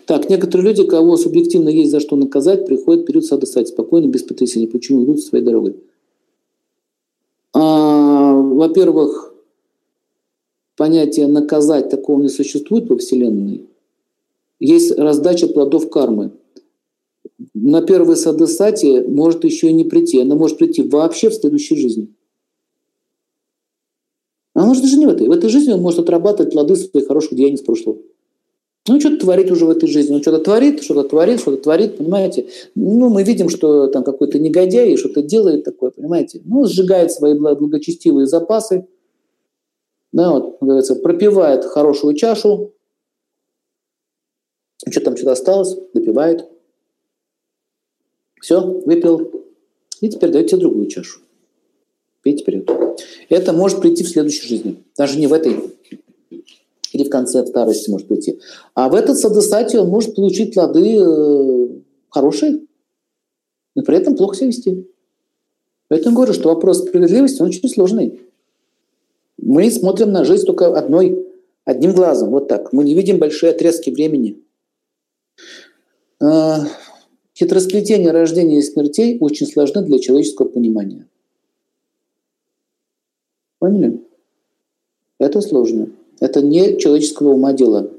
Так, некоторые люди, кого субъективно есть за что наказать, приходят в период садостати спокойно, без потрясений. Почему идут своей дорогой? Во-первых, понятие «наказать» такого не существует во Вселенной. Есть раздача плодов кармы. На первой садостати может еще и не прийти. Она может прийти вообще в следующей жизни. А может даже не в этой. В этой жизни он может отрабатывать плоды своих хороших деяний с прошлого. Ну, что-то творит уже в этой жизни. Он что-то творит, понимаете? Ну, мы видим, что там какой-то негодяй что-то делает такое, понимаете? Ну, сжигает свои благочестивые запасы, да, вот, говорится, пропивает хорошую чашу, что там что-то осталось, допивает. Все, выпил. И теперь дает тебе другую чашу. Пей теперь эту. Это может прийти в следующей жизни. Даже не в этой. Или в конце, в старости может прийти. А в этот садостати он может получить плоды хорошие, но при этом плохо себя вести. Поэтому говорю, что вопрос справедливости, он очень сложный. Мы смотрим на жизнь только одним глазом, вот так. Мы не видим большие отрезки времени. Хитросплетение рождения и смертей очень сложны для человеческого понимания. Поняли? Это сложно. Это не человеческого ума дело.